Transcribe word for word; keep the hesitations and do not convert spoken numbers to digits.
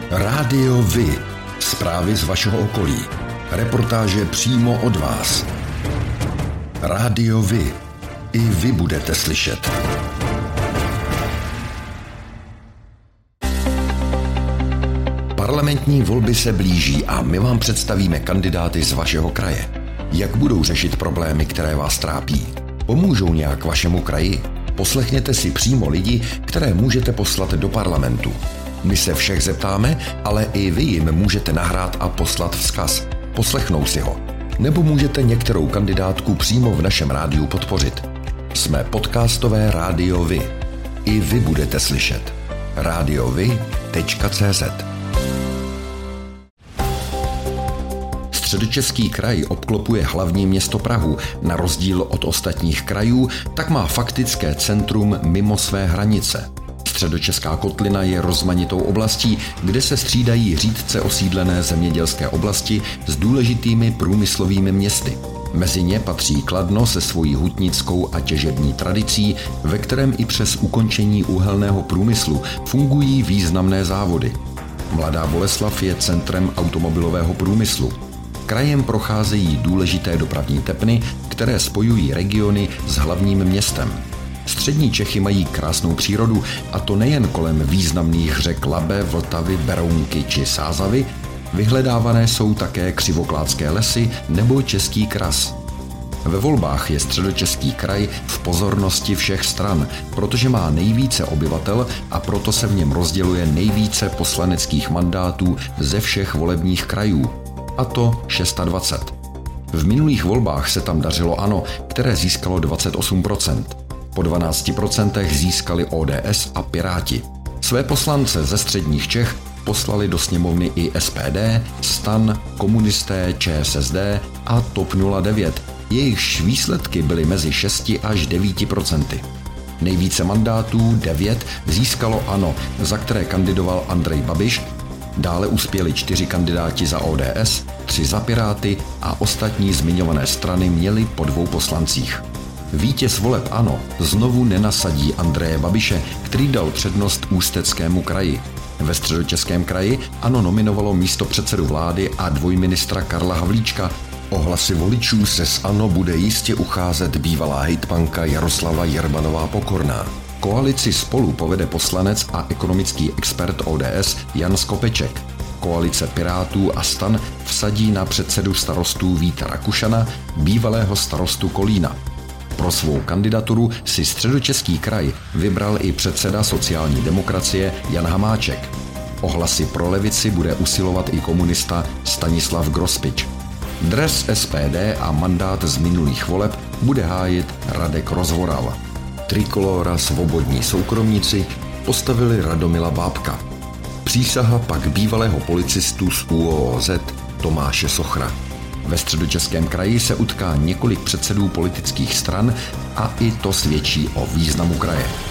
Rádio Vy. Zprávy z vašeho okolí. Reportáže přímo od vás. Rádio Vy. I vy budete slyšet. Parlamentní volby se blíží a my vám představíme kandidáty z vašeho kraje. Jak budou řešit problémy, které vás trápí? Pomůžou nějak vašemu kraji? Poslechněte si přímo lidi, které můžete poslat do parlamentu. My se všech zeptáme, ale i vy jim můžete nahrát a poslat vzkaz. Poslechnou si ho. Nebo můžete některou kandidátku přímo v našem rádiu podpořit. Jsme podcastové Rádio Vy. I vy budete slyšet. radiovy tečka cé zet. Středočeský kraj obklopuje hlavní město Prahu. Na rozdíl od ostatních krajů, tak má faktické centrum mimo své hranice. Středočeská kotlina je rozmanitou oblastí, kde se střídají řídce osídlené zemědělské oblasti s důležitými průmyslovými městy. Mezi ně patří Kladno se svojí hutnickou a těžební tradicí, ve kterém i přes ukončení uhelného průmyslu fungují významné závody. Mladá Boleslav je centrem automobilového průmyslu. Krajem procházejí důležité dopravní tepny, které spojují regiony s hlavním městem. Střední Čechy mají krásnou přírodu, a to nejen kolem významných řek Labe, Vltavy, Berounky či Sázavy, vyhledávané jsou také křivoklátské lesy nebo Český kras. Ve volbách je Středočeský kraj v pozornosti všech stran, protože má nejvíce obyvatel a proto se v něm rozděluje nejvíce poslaneckých mandátů ze všech volebních krajů, a to dvacet šest. V minulých volbách se tam dařilo ANO, které získalo dvacet osm procent. Po dvanácti procentech získali O D S a Piráti. Své poslance ze středních Čech poslali do sněmovny i S P D, STAN, komunisté, Č S S D a T O P nula devět. Jejichž výsledky byly mezi šesti až devíti procenty. Nejvíce mandátů, devět, získalo ANO, za které kandidoval Andrej Babiš. Dále uspěli čtyři kandidáti za O D S, tři za Piráty a ostatní zmiňované strany měly po dvou poslancích. Vítěz voleb ANO znovu nenasadí Andreje Babiše, který dal přednost Ústeckému kraji. Ve Středočeském kraji ANO nominovalo místopředsedu vlády a dvojministra Karla Havlíčka. O hlasy voličů se s ANO bude jistě ucházet bývalá hejtmanka Jaroslava Jermanová Pokorná. Koalici Spolu povede poslanec a ekonomický expert O D S Jan Skopeček. Koalice Pirátů a STAN vsadí na předsedu starostů Víta Rakušana, bývalého starostu Kolína. Pro svou kandidaturu si Středočeský kraj vybral i předseda sociální demokracie Jan Hamáček. O hlasy pro levici bude usilovat i komunista Stanislav Grospič. Dres S P D a mandát z minulých voleb bude hájit Radek Rozvoral. Trikolóra Svobodní soukromníci postavili Radomila Bábka. Přísaha pak bývalého policistu z U O O Z Tomáše Sochra. Ve Středočeském kraji se utká několik předsedů politických stran a i to svědčí o významu kraje.